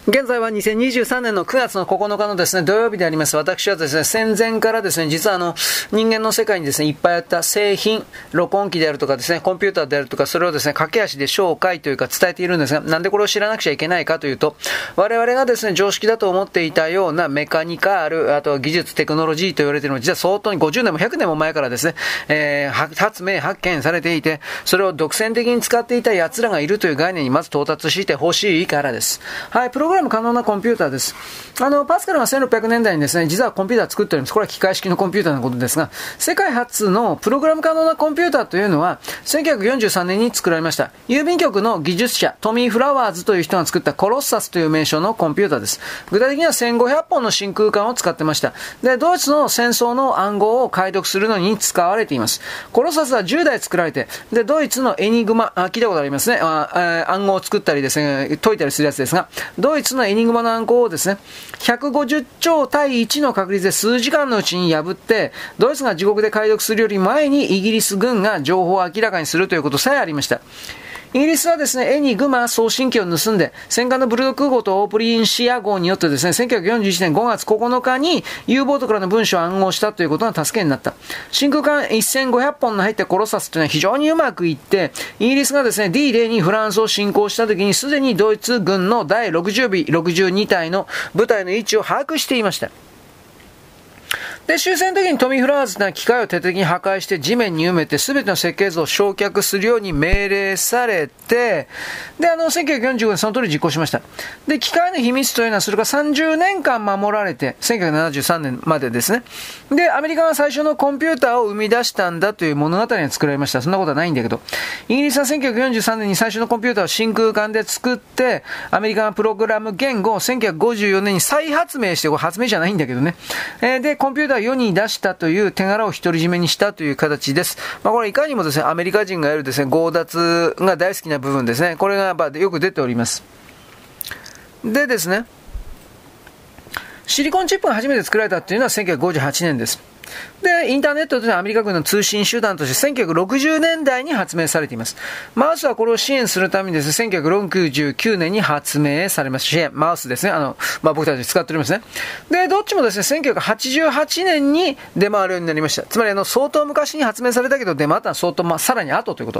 現在は2023年の9月の9日のですね、土曜日であります。私はですね、戦前からですね、実は人間の世界にですね、いっぱいあった製品、録音機であるとかですね、コンピューターであるとか、それをですね、駆け足で紹介というか伝えているんですが、なんでこれを知らなくちゃいけないかというと、我々がですね、常識だと思っていたようなメカニカル、あと技術、テクノロジーと言われているのは、実は相当に50年も100年も前からですね、発明、発見されていて、それを独占的に使っていた奴らがいるという概念にまず到達してほしいからです。はい、プログラム可能なコンピューターです。パスカルが1600年代にですね、実はコンピューター作っております。これは機械式のコンピューターのことですが、世界初のプログラム可能なコンピューターというのは、1943年に作られました。郵便局の技術者、トミー・フラワーズという人が作ったコロッサスという名称のコンピューターです。具体的には1500本の真空管を使ってました。で、ドイツの戦争の暗号を解読するのに使われています。コロッサスは10台作られて、で、ドイツのエニグマ、聞いたことありますね。暗号を作ったりですね、解いたりするやつですが、ドイツのエニグマの暗号をですね、150兆対1の確率で数時間のうちに破って、ドイツが自国で解読するより前にイギリス軍が情報を明らかにするということさえありました。イギリスはですね、エニグマ送信機を盗んで、戦艦のブルドック号とオープリンシア号によってですね、1941年5月9日に U ボートからの文書を暗号したということが助けになった。真空管1500本の入ったコロサスというのは非常にうまくいって、イギリスがですね、D-Day にフランスを侵攻した時にすでにドイツ軍の第60尾、62隊の部隊の位置を把握していました。で、終戦の時にトミー・フラワーズが機械を徹底的に破壊して地面に埋めて全ての設計図を焼却するように命令されて、で、1945年その通り実行しました。で、機械の秘密というのはそれから30年間守られて、1973年までですね。で、アメリカが最初のコンピューターを生み出したんだという物語が作られました。そんなことはないんだけど、イギリスは1943年に最初のコンピューターを真空管で作って、アメリカがプログラム言語を1954年に再発明して、これ発明じゃないんだけどね。で、コンピューターを世に出したという手柄を独り占めにしたという形です。これいかにもですね、アメリカ人がやるですね、強奪が大好きな部分ですね。これがよく出ております。でですね、シリコンチップが初めて作られたというのは1958年です。で、インターネットというのはアメリカ軍の通信手段として1960年代に発明されています。マウスはこれを支援するためにですね、1969年に発明されます。支援、マウスですね。僕たち使っておりますね。で、どっちもですね、1988年に出回るようになりました。つまり相当昔に発明されたけど出回ったのは相当、さらに後ということ。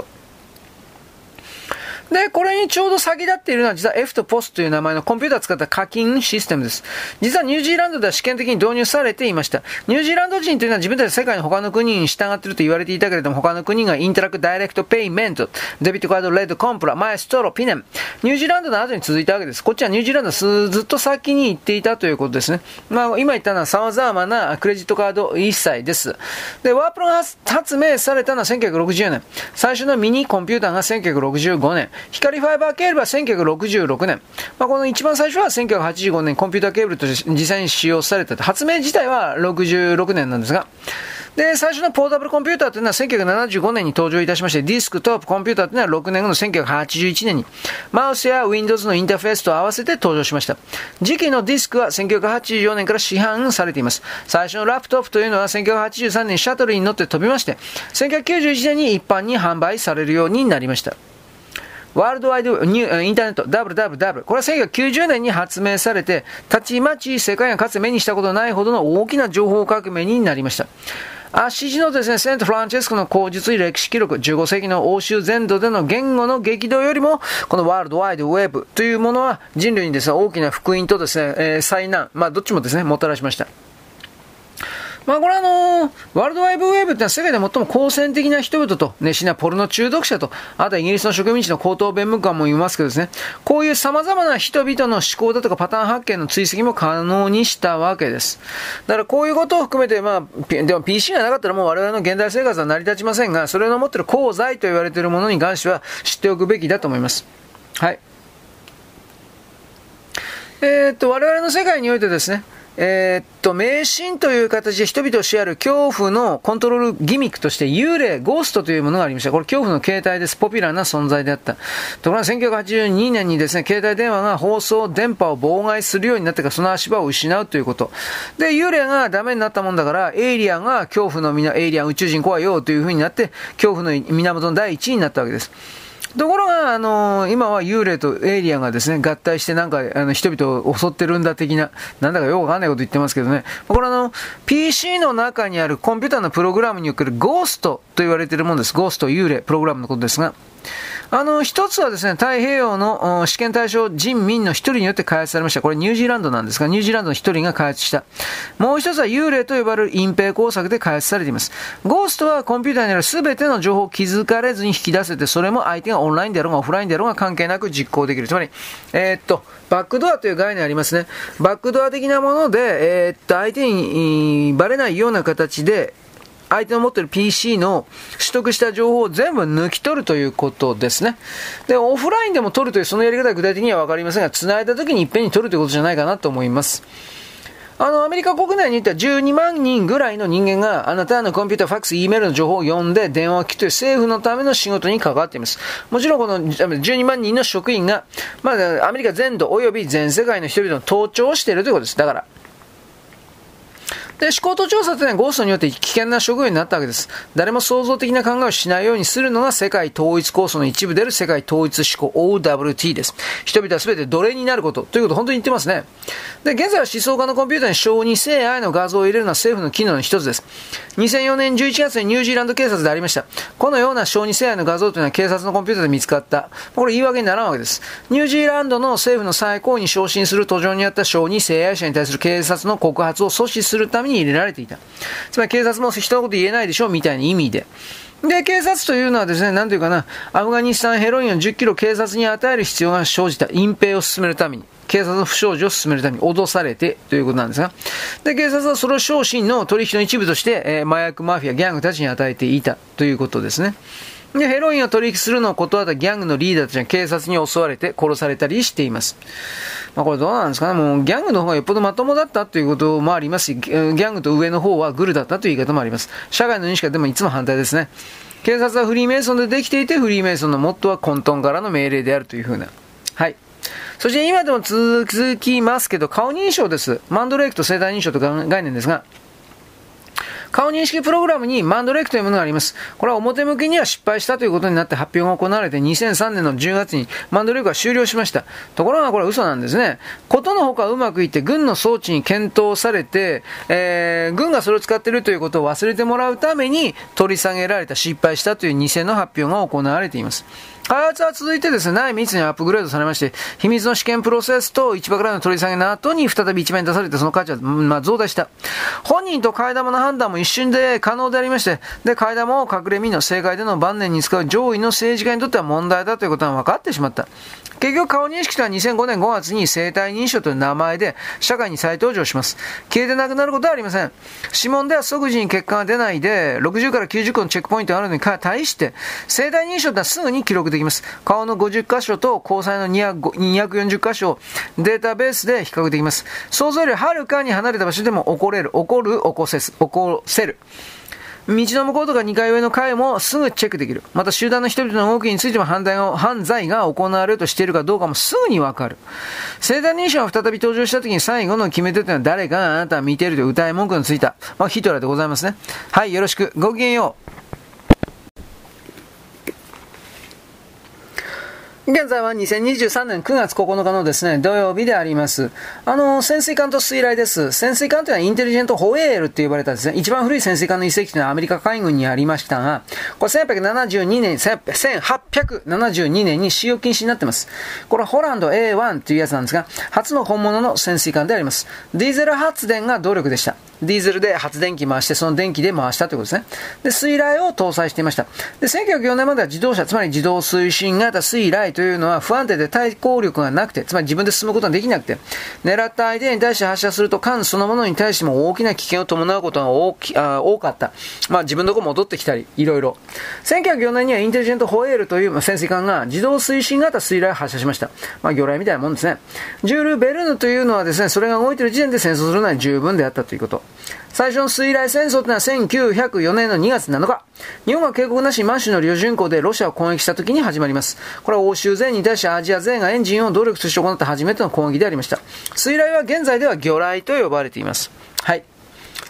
で、これにちょうど先立っているのは実は F と POS という名前のコンピューターを使った課金システムです。実はニュージーランドでは試験的に導入されていました。ニュージーランド人というのは自分たち世界の他の国に従っていると言われていたけれども、他の国がインタラクダイレクトペイメント、デビットカードレッドコンプラ、マイストロ、ピネン。ニュージーランドの後に続いたわけです。こっちはニュージーランドずっと先に行っていたということですね。今言ったのは様々なクレジットカード一切です。で、ワープロが発明されたのは1960年。最初のミニコンピューターが1965年。光ファイバーケーブルは1966年。この一番最初は1985年にコンピューターケーブルとして実際に使用された。発明自体は66年なんですが、で、最初のポータブルコンピューターというのは1975年に登場いたしまして、ディスクトップコンピューターというのは6年後の1981年に、マウスや Windows のインターフェースと合わせて登場しました。次期のディスクは1984年から市販されています。最初のラップトップというのは1983年にシャトルに乗って飛びまして、1991年に一般に販売されるようになりました。ワールドワイドインターネット WWW。これは1990年に発明されて、たちまち世界がかつて目にしたことないほどの大きな情報革命になりました。アッシジのですね、セントフランチェスコの口述歴史記録、15世紀の欧州全土での言語の激動よりも、このワールドワイドウェブというものは人類にですね、大きな福音とですね、災難、どっちもですね、もたらしました。これワールドワイドウェブってのは世界で最も好戦的な人々と、熱心なポルノ中毒者と、あとはイギリスの植民地の高等弁務官もいますけどですね、こういう様々な人々の思考だとかパターン発見の追跡も可能にしたわけです。だからこういうことを含めて、でも PC がなかったらもう我々の現代生活は成り立ちませんが、それの持っている功罪と言われているものに関しては知っておくべきだと思います。はい。我々の世界においてですね、迷信という形で人々をしある恐怖のコントロールギミックとして幽霊、ゴーストというものがありました。これ恐怖の形態です。ポピュラーな存在であった。ところが1982年にですね、携帯電話が放送電波を妨害するようになってからその足場を失うということ。で、幽霊がダメになったもんだから、エイリアンが恐怖のエイリアン宇宙人怖いよという風になって、恐怖の源の第一位になったわけです。 ところが、今は幽霊とエイリアンがですね、合体してなんか、人々を襲ってるんだ的な、なんだかよくわかんないこと言ってますけどね。これPC の中にあるコンピューターのプログラムにおけるゴーストと言われているものです。ゴースト、幽霊、プログラムのことですが、一つはですね、太平洋の試験対象人民の一人によって開発されました。これニュージーランドなんですが、ニュージーランドの一人が開発した。もう一つは幽霊と呼ばれる隠蔽工作で開発されています。ゴーストはコンピューターにある全ての情報を気づかれずに引き出せて、それも相手がオンラインであろうがオフラインであろうが関係なく実行できる。つまり、バックドアという概念ありますね。バックドア的なもので、相手にバレないような形で、相手の持っている PC の取得した情報を全部抜き取るということですね。で、オフラインでも取るというそのやり方は具体的には分かりませんが、繋いだ時にいっぺんに取るということじゃないかなと思います。アメリカ国内にいた12万人ぐらいの人間があなたのコンピューター、ファックス、E メールの情報を読んで電話を聞くという政府のための仕事に関わっています。もちろんこの12万人の職員が、アメリカ全土及び全世界の人々の盗聴をしているということです。だから。で、思考と調査というのはゴーストによって危険な職業になったわけです。誰も創造的な考えをしないようにするのが世界統一構想の一部である世界統一思考 OWT です。人々は全て奴隷になることということを本当に言ってますね。で、現在は思想家のコンピューターに小児性愛の画像を入れるのは政府の機能の一つです。2004年11月にニュージーランド警察でありました。このような小児性愛の画像というのは警察のコンピューターで見つかった。これ言い訳にならんわけです。ニュージーランドの政府の最高に昇進する途上にあった小児性愛者に対する警察の告発を阻止するために入れられていた。つまり警察も人のこと言えないでしょみたいな意味で。で、警察というのはですね、なんていうかな、アフガニスタンヘロインを10キロ警察に与える必要が生じた隠蔽を進めるために、警察の不祥事を進めるために脅されてということなんですが、で、警察はそれを商品の取引の一部として、麻薬マフィア、ギャングたちに与えていたということですね。で、ヘロインを取引するのを断ったギャングのリーダーたちは警察に襲われて殺されたりしています。これどうなんですかね。もうギャングの方がよっぽどまともだったということもありますし、ギャングと上の方はグルだったという言い方もあります。社会の認識はでもいつも反対ですね。警察はフリーメイソンでできていて、フリーメイソンのモットーは混沌からの命令であるというふうな。はい。そして今でも続きますけど、顔認証です。マンドレークと生体認証という概念ですが、顔認識プログラムにマンドレークというものがあります。これは表向きには失敗したということになって発表が行われて2003年の10月にマンドレークは終了しました。ところがこれは嘘なんですね。ことのほかうまくいって軍の装置に検討されて、軍がそれを使っているということを忘れてもらうために取り下げられた失敗したという偽の発表が行われています。開発は続いてですね、内密にアップグレードされまして、秘密の試験プロセスと市場からの取り下げの後に再び一番に出されてその価値は、増大した。本人と替え玉の判断も一瞬で可能でありまして、で、替え玉を隠れ身の政界での晩年に使う上位の政治家にとっては問題だということが分かってしまった。結局顔認識とは2005年5月に生体認証という名前で社会に再登場します。消えてなくなることはありません。指紋では即時に結果が出ないで、60から90個のチェックポイントがあるのに対して、生体認証というのはすぐに記録できます。顔の50箇所と交際の240箇所をデータベースで比較できます。想像よりはるかに離れた場所でも起こせる。道の向こうとか2階上の階もすぐチェックできる。また集団の人々の動きについても犯罪が行われるとしているかどうかもすぐにわかる。生体認証が再び登場した時に最後の決め手というのは誰かがあなたは見ているという歌い文句のついた、ヒトラーでございますね。はい、よろしく。ごきげんよう。現在は2023年9月9日のですね、土曜日であります。潜水艦と水雷です。潜水艦というのはインテリジェントホエールと呼ばれたですね、一番古い潜水艦の遺跡というのはアメリカ海軍にありましたが、これ1872年に使用禁止になっています。これはホランド A1 というやつなんですが、初の本物の潜水艦であります。ディーゼル発電が動力でした。ディーゼルで発電機回して、その電気で回したということですね。で、水雷を搭載していました。で、1904年までは自動車、つまり自動推進型水雷というのは不安定で対抗力がなくて、つまり自分で進むことができなくて、狙った相手に対して発射すると艦そのものに対しても大きな危険を伴うことが多かった。自分のとこ戻ってきたり、いろいろ。1904年にはインテリジェントホエールという潜水艦が自動推進型水雷を発射しました。魚雷みたいなもんですね。ジュール・ベルヌというのはですね、それが動いている時点で戦争するのは十分であったということ。最初の水雷戦争というのは1904年の2月7日。日本が警告なし満州の領巡港でロシアを攻撃した時に始まります。これは欧州勢に対してアジア勢がエンジンを動力として行った初めての攻撃でありました。水雷は現在では魚雷と呼ばれています。はい。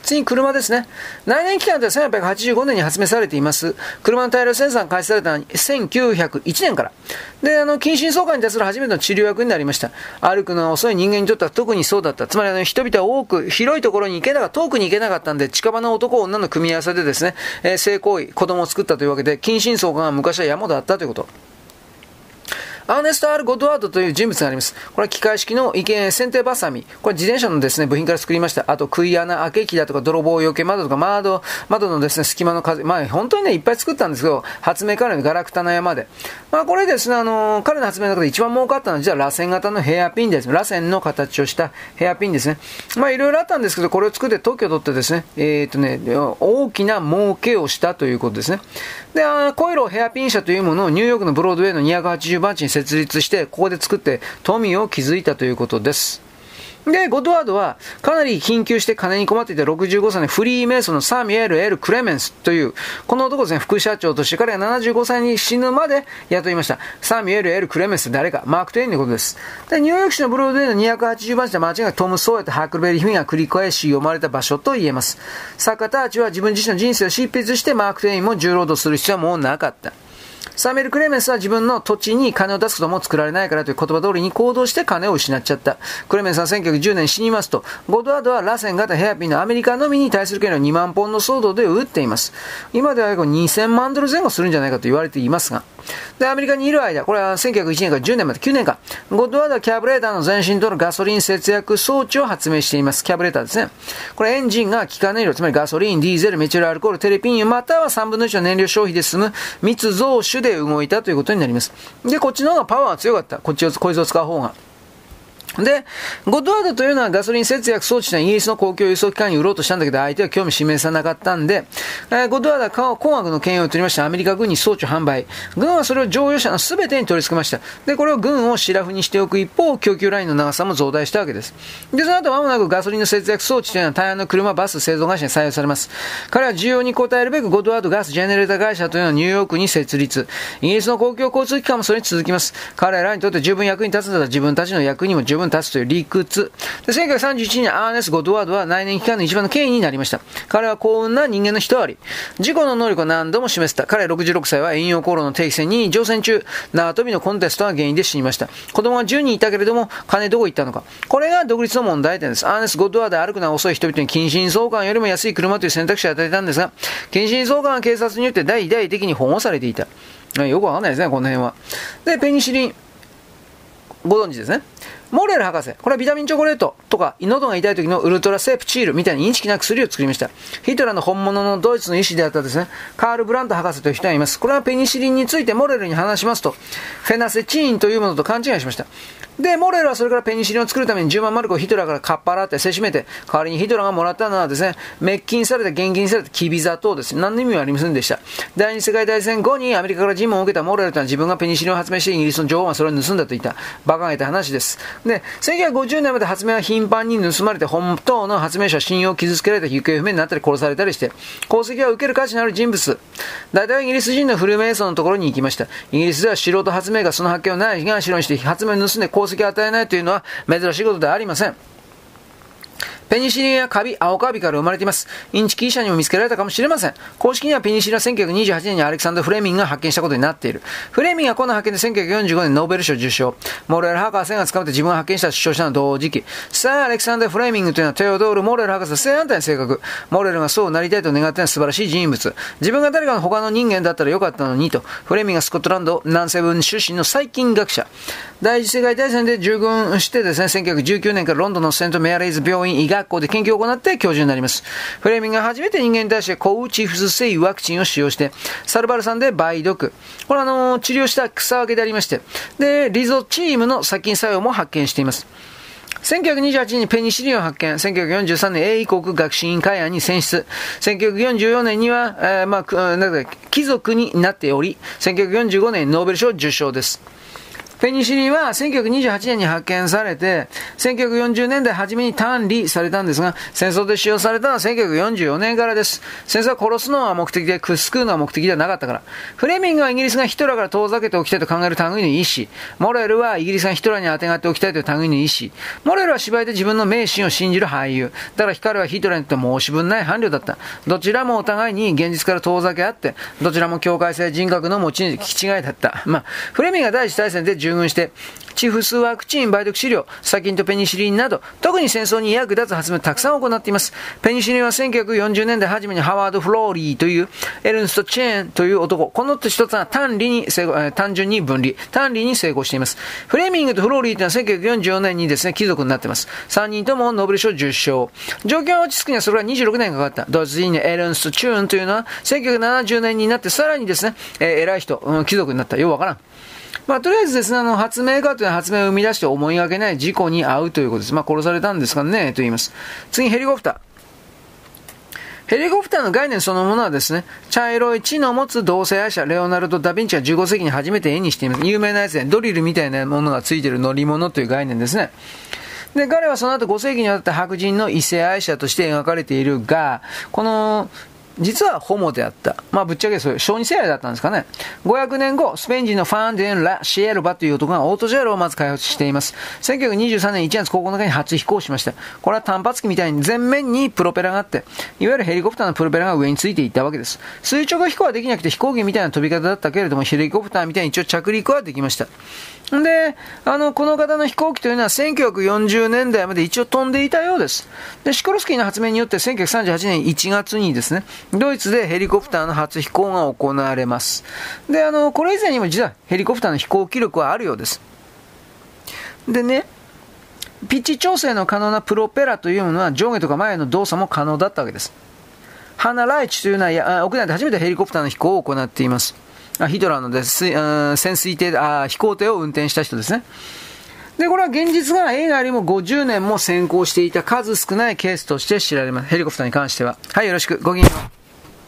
次に車ですね。内燃機関では1885年に発明されています。車の大量生産開始されたのは1901年から。で、近親相関に対する初めての治療薬になりました。歩くのが遅い人間にとっては特にそうだった。つまり人々は多く広いところに行けなかった、遠くに行けなかったんで、近場の男女の組み合わせでですね、性行為、子供を作ったというわけで、近親相関が昔は山だったということ。アーネスト・アール・ゴドワードという人物があります。これは機械式の剪定バサミ。これ自転車のですね、部品から作りました。あと、食い穴、開け器だとか、泥棒よけ窓とか、窓のですね、隙間の風。本当にね、いっぱい作ったんですけど、発明からのガラクタの山で。これですね、彼の発明の中で一番儲かったのは、実は螺旋型のヘアピンです。螺旋の形をしたヘアピンですね。いろいろあったんですけど、これを作って特許を取ってですね、大きな儲けをしたということですね。で、コイロヘアピン社というものをニューヨークのブロードウェイの280番地に設立して、ここで作って富を築いたということです。で、ゴドワードはかなり緊急して金に困っていた65歳のフリーメイソンのサミュエル・L・クレメンスという、この男ですね、副社長として彼が75歳に死ぬまで雇いました。サミュエル・L・クレメンス誰か、マーク・トゥエインのことです。で、ニューヨーク市のブロードウェイの280番地で間違いなくトム・ソーヤとハークルベリー・フィンが繰り返し読まれた場所と言えます。作家たちは自分自身の人生を執筆してマーク・トゥエインも重労働する必要はもうなかった。サミュエル・クレメンスは自分の土地に金を出すことも作られないからという言葉通りに行動して金を失っちゃった。クレメンスは1910年死にますと、ゴドワードは螺旋型ヘアピンのアメリカのみに対する権利を2万ポンド騒動で打っています。今では約2000万ドル前後するんじゃないかと言われていますが。で、アメリカにいる間、これは1901年から10年まで9年間、ゴドワードはキャブレーターの前身とのガソリン節約装置を発明しています。キャブレーターですね。これエンジンが気化燃料、つまりガソリン、ディーゼル、メチルアルコール、テレピン油、または3分の1の燃料消費で済む密造酒で動いたということになります。で、こっちの方がパワーが強かった。こいつを使う方が。で、ゴドワードというのはガソリン節約装置というのはイギリスの公共輸送機関に売ろうとしたんだけど、相手は興味示さなかったんで、ゴドワードは工学の権威を取りまして、アメリカ軍に装置を販売。軍はそれを乗用車の全てに取り付けました。で、これを軍をシラフにしておく一方、供給ラインの長さも増大したわけです。で、その後間もなくガソリンの節約装置というのは大半の車、バス、製造会社に採用されます。彼は需要に応えるべくゴドワードガスジェネレーター会社というのをニューヨークに設立。イギリスの公共交通機関もそれに続きます。彼らにとって十分役に立つなら自分たちの役にも十分立つという理屈。で、1931年、アーネス・ゴドワードは内燃機関の一番の権威になりました。彼は幸運な人間の一割。自己の能力を何度も示せた。彼66歳は遠洋航路の定期船に乗船中、縄跳びのコンテストが原因で死にました。子供が10人いたけれども、金どこ行ったのか。これが独立の問題点です。アーネス・ゴドワードは歩くのが遅い人々に近親相関よりも安い車という選択肢を与えたんですが、近親相関は警察によって大々的に保護されていた。よくわかんないですね、この辺は。で、ペニシリン。ご存知ですね。モレル博士、これはビタミンチョコレートとか喉が痛い時のウルトラセープチールみたいにインチキな薬を作りました。ヒトラーの本物のドイツの医師であったですね、カール・ブラント博士という人がいます。これはペニシリンについてモレルに話しますと、フェナセチーンというものと勘違いしました。で、モレルはそれからペニシリンを作るために10万マルクをヒトラーからかっぱらってせしめて、代わりにヒトラーがもらったのはですね、滅菌された現金されたキビ砂糖です。何の意味もありませんでした。第二次世界大戦後にアメリカから尋問を受けたモレルというのは自分がペニシリンを発明してイギリスの女王がそれを盗んだといった馬鹿げた話です。で、1950年まで発明は頻繁に盗まれて本当の発明者は信用を傷つけられた行方不明になったり殺されたりして、功績は受ける価値のある人物。大体はイギリス人のフルメイソンのところに行きました。イギリスでは素人発明がその発見をないがしろにして発明を盗んで功績を与えないというのは珍しいことではありません。ペニシリンやカビ、青カビから生まれています。インチキ医者にも見つけられたかもしれません。公式にはペニシリンは1928年にアレクサンダー・フレミングが発見したことになっている。フレミングがこの発見で1945年ノーベル賞受賞。モレル博士が捕まって自分が発見した主張したのは同時期。さあ、アレクサンダー・フレミングというのはテオドール・モレル博士と正反対の性格。モレルがそうなりたいと願っているのは素晴らしい人物。自分が誰かの他の人間だったらよかったのにと。フレミングがスコットランド南西部出身の細菌学者。第一次世界大戦で従軍してですね、1919年からロンドンのセントメアリーズ病院医学校で研究を行って教授になります。フレミングが初めて人間に対して抗ウチフス性ワクチンを使用して、サルバル酸で梅毒。これは治療した草分けでありまして、で、リゾチームの殺菌作用も発見しています。1928年にペニシリンを発見。1943年英国学士委員会案に選出。1944年には、貴族になっており、1945年ノーベル賞受賞です。 ペニシリンは1928年に発見されて、1940年代初めに単理されたんですが、戦争で使用されたのは1944年からです。戦争は殺すのが目的で、救うのが目的ではなかったから。フレミングはイギリスがヒトラーから遠ざけておきたいと考える類の意思。モレルはイギリスがヒトラーに当てがっておきたいという類の意思。モレルは芝居で自分の名心を信じる俳優。だから彼はヒトラーにとって申し分ない伴侶だった。どちらもお互いに現実から遠ざけ合って、どちらも境界性人格の持ち主、気違いだった。フレミングが第一次大戦で従軍して、チフスワクチン、梅毒治療、サキンとペニシリンなど、特に戦争に役立つ発明をたくさん行っています。ペニシリンは1940年代初めにハワード・フローリーというエルンスト・チェーンという男、この一つは単純に分離、単理に成功しています。フレミングとフローリーというのは1944年にですね、貴族になっています。3人ともノーベル賞受賞。状況が落ち着くにはそれは26年かかった。ドイツ人のエルンスト・チューンというのは1970年になってさらにですね、偉い人、貴族になった。よくわからん。とりあえずですね、発明家というのは発明を生み出して思いがけない事故に遭うということです。殺されたんですかね、と言います。次、ヘリコプター。ヘリコプターの概念そのものはですね、茶色い地の持つ同性愛者、レオナルド・ダ・ヴィンチが15世紀に初めて絵にしています。有名なやつで、ドリルみたいなものがついている乗り物という概念ですね。で、彼はその後5世紀にわたって白人の異性愛者として描かれているが、実はホモであった。ぶっちゃけそういう小児性愛だったんですかね。500年後、スペイン人のファン・デン・ラ・シエルバという男がオートジェルをまず開発しています。1923年1月9日に初飛行しました。これは単発機みたいに前面にプロペラがあって、いわゆるヘリコプターのプロペラが上についていったわけです。垂直飛行はできなくて飛行機みたいな飛び方だったけれども、ヘリコプターみたいに一応着陸はできました。で、この方の飛行機というのは1940年代まで一応飛んでいたようです。で、シコロスキーの発明によって1938年1月にですね、ドイツでヘリコプターの初飛行が行われます。で、これ以前にも実はヘリコプターの飛行記録はあるようです。でね、ピッチ調整の可能なプロペラというものは上下とか前の動作も可能だったわけです。ハナ・ライチというのは屋内で初めてヘリコプターの飛行を行っています。ヒトラーの潜水艇、飛行艇を運転した人ですね。で、これは現実が映画よりも50年も先行していた数少ないケースとして知られます。ヘリコプターに関しては。はい、よろしく。ごきげんよう。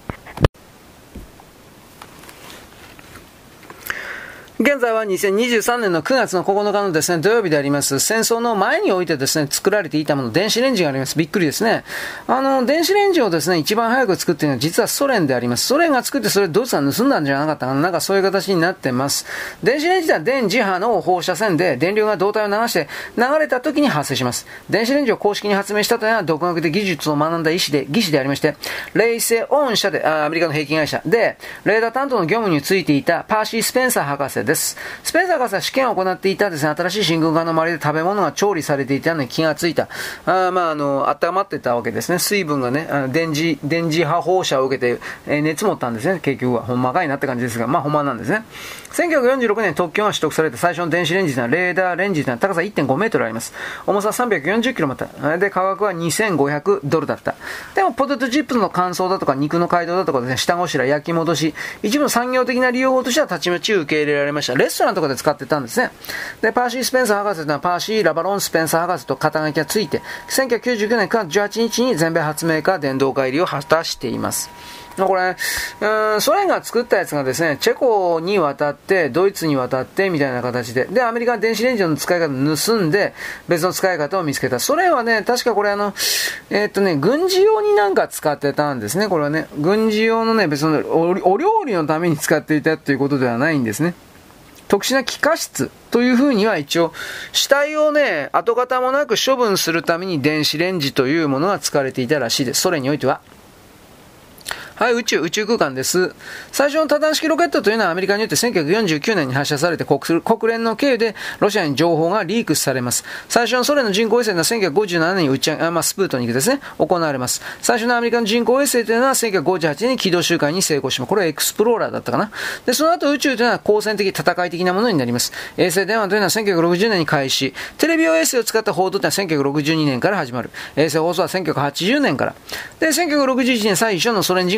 現在は2023年の9月の9日のですね、土曜日であります。戦争の前においてですね、作られていたもの、電子レンジがあります。びっくりですね。電子レンジをですね、一番早く作っているのは実はソ連であります。ソ連が作ってそれドイツが盗んだんじゃなかったかな。なんかそういう形になってます。電子レンジは電磁波の放射線で電流が導体を流して流れた時に発生します。電子レンジを公式に発明したというのは独学で技術を学んだ技師でありまして、レイセオン社で、アメリカの兵器会社で、レーダー担当の業務についていたパーシー・スペンサー博士です。スペンサー博士は試験を行っていたですね、新しい真空管の周りで食べ物が調理されていたのに気がついた。温まってたわけですね。水分がね、電磁波放射を受けて、熱持ったんですね。結局は。ほんまかいなって感じですが、ほんまなんですね。1946年特許が取得された最初の電子レンジというのは、レーダーレンジというのは高さ 1.5 メートルあります。重さ340キロもあった。で、価格は2500ドルだった。でも、ポテトチップスの乾燥だとか、肉の解凍だとかですね、下ごしらえ、焼き戻し、一部の産業的な利用法としてはたちまち受け入れられました。レストランとかで使ってたんですね。で、パーシー・スペンサー博士というのは、パーシー・ラバロン・スペンサー博士と肩書きがついて、1999年9月18日に全米発明家電動化入りを果たしています。これ、ソ連が作ったやつがですね、チェコに渡って、ドイツに渡って、みたいな形で。で、アメリカは電子レンジの使い方を盗んで、別の使い方を見つけた。ソ連はね、確かこれ軍事用になんか使ってたんですね。これはね、軍事用のね、別のお料理のために使っていたということではないんですね。特殊な気化室というふうには一応、死体をね、跡形もなく処分するために電子レンジというものが使われていたらしいです。ソ連においては。はい、宇宙空間です。最初の多段式ロケットというのはアメリカによって1949年に発射されて国連の経由でロシアに情報がリークされます。最初のソ連の人工衛星は1957年にスプートニクですね、行われます。最初のアメリカの人工衛星というのは1958年に軌道周回に成功します。これはエクスプローラーだったかな。で、その後宇宙というのは好戦的、戦い的なものになります。衛星電話というのは1960年に開始。テレビ用衛星を使った報道というのは1962年から始まる。衛星放送は1980年から。で、1961年最初のソ連人が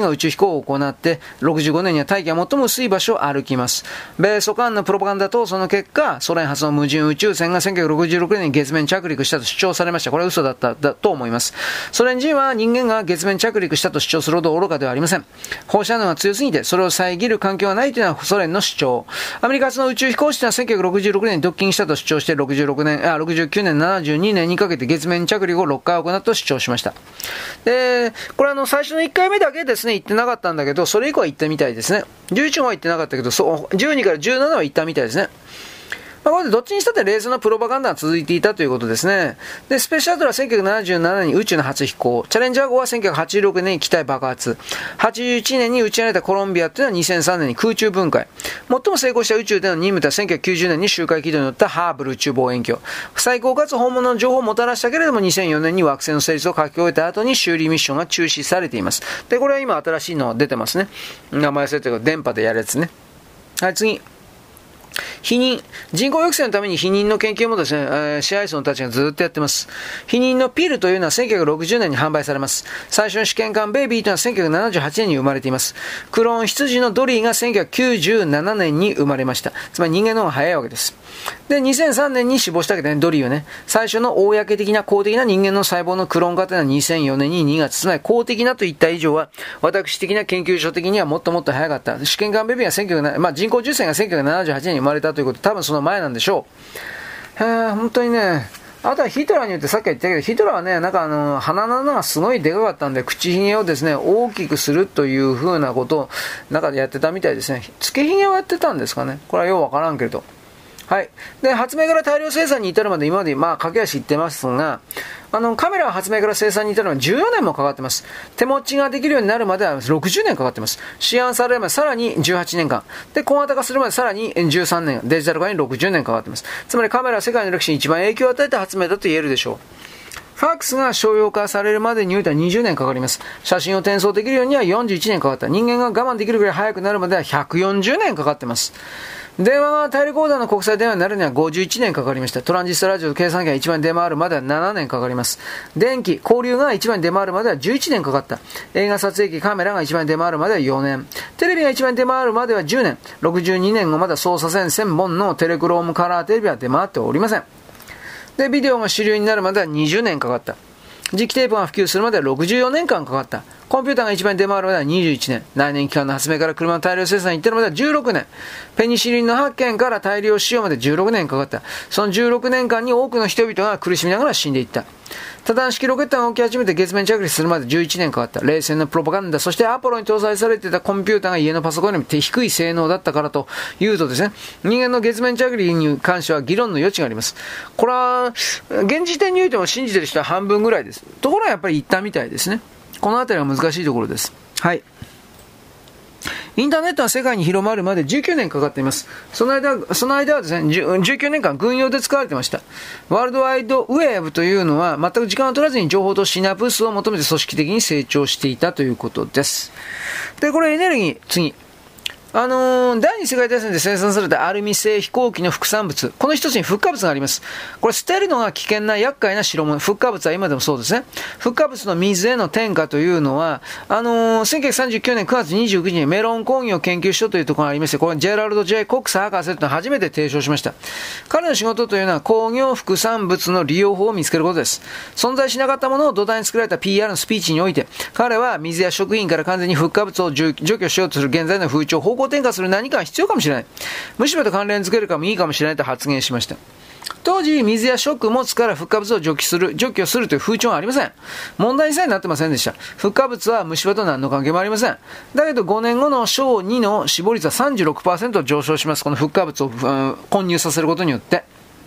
宇宙飛行を行って、65年には大気が最も薄い場所を歩きます。米ソ間のプロパガンダ闘争の結果、ソ連発の無人宇宙船が1966年に月面着陸したと主張されました。これは嘘だったと思います。ソ連人は人間が月面着陸したと主張するほど愚かではありません。放射能が強すぎて、それを遮る環境がないというのはソ連の主張。アメリカ発の宇宙飛行士は1966年にドッキングしたと主張して、69年、72年にかけて月面着陸を6回行ったと主張しました。で、これ最初の1回目だけですね、行ってなかったんだけど、それ以降は行ったみたいですね。11号は行ってなかったけど、12から17は行ったみたいですね。これでどっちにしたって冷静なプロパガンダが続いていたということですね。で、スペースシャトルは1977年に宇宙の初飛行。チャレンジャー号は1986年に機体爆発。81年に打ち上げたコロンビアというのは2003年に空中分解。最も成功した宇宙での任務とは1990年に周回軌道に乗ったハーブル宇宙望遠鏡。最高かつ本物の情報をもたらしたけれども2004年に惑星の成立を書き終えた後に修理ミッションが中止されています。で、これは今新しいのが出てますね。名前忘れてるけど、電波でやるやつね。はい、次。避妊。人口抑制のために避妊の研究もですね、支配層たちがずっとやってます。避妊のピルというのは1960年に販売されます。最初の試験管ベイビーというのは1978年に生まれています。クローン羊のドリーが1997年に生まれました。つまり人間の方が早いわけです。で、2003年に死亡したわけでね、ドリーはね、最初の公的な公的な人間の細胞のクローン化というのは2004年に2月、つまり公的なといった以上は、私的な研究所的にはもっともっと早かった。試験管ベビーが人工受精が1978年に生まれたということ、多分その前なんでしょう。本当にね、あとはヒトラーによってさっき言ったけど、ヒトラーはね、鼻の穴がすごいでかかったんで、口ひげをですね、大きくするという風なことを、やってたみたいですね。つけひげをやってたんですかね。これはようわからんけど。はい。で、発明から大量生産に至るまで今まで、駆け足いってますが、カメラは発明から生産に至るまで14年もかかってます。手持ちができるようになるまでは60年かかってます。試案されるまでさらに18年間。で、小型化するまでさらに13年。デジタル化に60年かかってます。つまりカメラは世界の歴史に一番影響を与えた発明だと言えるでしょう。ファックスが商用化されるまでにおいては20年かかります。写真を転送できるようには41年かかった。人間が我慢できるぐらい早くなるまでは140年かかってます。電話が大陸横断の国際電話になるには51年かかりました。トランジスタラジオ計算機が一番に出回るまでは7年かかります。電気、交流が一番に出回るまでは11年かかった。映画撮影機、カメラが一番に出回るまでは4年。テレビが一番に出回るまでは10年。62年後まだ操作線1000本のテレクロームカラーテレビは出回っておりません。で、ビデオが主流になるまでは20年かかった。磁気テープが普及するまでは64年間かかった。コンピューターが一番に出回るまでは21年。内燃機関の発明から車の大量生産に至るまでは16年。ペニシリンの発見から大量使用まで16年かかった。その16年間に多くの人々が苦しみながら死んでいった。多段式ロケットが起き始めて月面着陸するまで11年かかった。冷戦のプロパガンダ、そしてアポロに搭載されていたコンピューターが家のパソコンよりも低い性能だったからというとですね、人間の月面着陸に関しては議論の余地があります。これは、現時点においても信じている人は半分ぐらいです。ところがやっぱり言ったみたいですね。このあたりは難しいところです。はい。インターネットは世界に広まるまで19年かかっています。その間はですね、19年間軍用で使われていました。ワールドワイドウェブというのは全く時間を取らずに情報とシナプスを求めて組織的に成長していたということです。で、これエネルギー、次。第二次世界大戦で生産されたアルミ製飛行機の副産物。この一つにフッ化物があります。これ捨てるのが危険な厄介な代物。フッ化物は今でもそうですね。フッ化物の水への添加というのは、1939年9月29日にメロン工業研究所というところがありまして、これはジェラルド・J・コックス博士というのは初めて提唱しました。彼の仕事というのは工業副産物の利用法を見つけることです。存在しなかったものを土台に作られた PR のスピーチにおいて、彼は水や食品から完全にフッ化物を除去しようとする現在の風潮を方向転換する何かが必要かもしれない。むしろと関連付けるかもいいかもしれないと発言しました。当時、水や食物からフッ化物を除去するという風潮はありません。問題にさえなってませんでした。フッ化物は虫歯と何の関係もありません。だけど5年後の小2の死亡率は 36% 上昇します。このフッ化物を混入させることによって。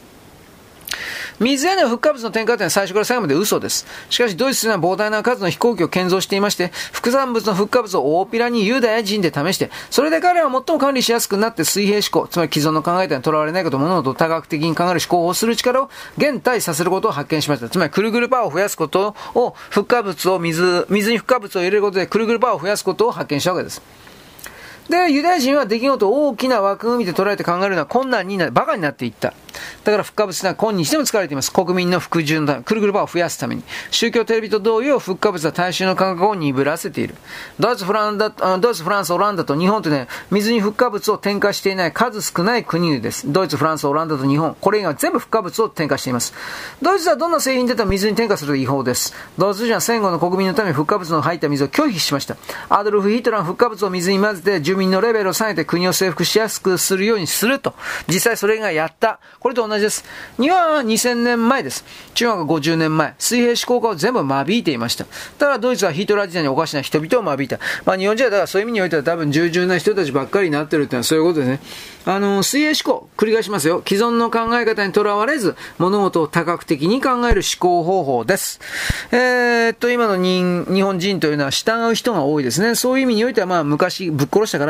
水へのフッ化物の添加というのは最初から最後まで嘘です。しかしドイツというのは膨大な数の飛行機を建造していまして、副産物のフッ化物を大っぴらにユダヤ人で試して、それで彼らは最も管理しやすくなって水平思考、つまり既存の考え方にとらわれないこと、物事を多角的に考える思考をする力を減退させることを発見しました。つまりクルグルパワーを増やすことを、フッ化物を水にフッ化物を入れることでクルグルパワーを増やすことを発見したわけです。で、ユダヤ人は出来事を大きな枠組みで捉えて考えるのはバカになっていった。 だからフッ化物は今日でも使われています。国民の服従のため、くるくる場を増やすために。宗教テレビと同様、フッ化物は大衆の感覚を鈍らせている。ドイツ、フランス、オランダと日本とね、水にフッ化物を添加していない数少ない国です。ドイツ、フランス、オランダと日本。これ以外は全部フッ化物を添加しています。ドイツはどんな製品でも水に添加すると違法です。ドイツ人は戦後の国民のためにフッ化物の入った水を拒否しました。アドルフ・ヒトラーはフッ化物を水に混ぜて住民のレベルを下げて国を征服しやすくするようにすると。実際それがやった。これと同じです。日本は2000年前です。中国は50年前。水平思考家を全部間引いていました。だからドイツはヒトラー時代におかしな人々を間引いた。日本人はだからそういう意味においては多分従順な人たちばっかりになってるってのはそういうことですね。水平思考、繰り返しますよ。既存の考え方にとらわれず、物事を多角的に考える思考方法です。今の日本人というのは従う人が多いですね。そういう意味においては昔ぶっ殺したから、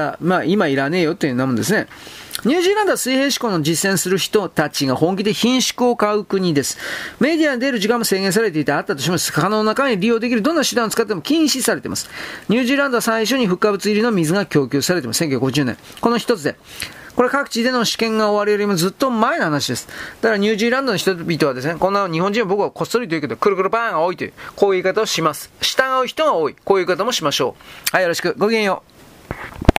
今いらねえよっていうようなもんですね。ニュージーランドは水平思考の実践する人たちが本気で品種を買う国です。メディアに出る時間も制限されていてあったとします。可能な限り利用できるどんな手段を使っても禁止されています。ニュージーランドは最初にフッ化物入りの水が供給されています。1950年。この一つで。これ各地での試験が終わるよりもずっと前の話です。だからニュージーランドの人々はですね、こんな日本人は僕はこっそりと言うけど、くるくるパーンが多いという、こういう言い方をします。従う人が多い。こういう言い方もしましょう。はい、よろしく。ごきげんよう。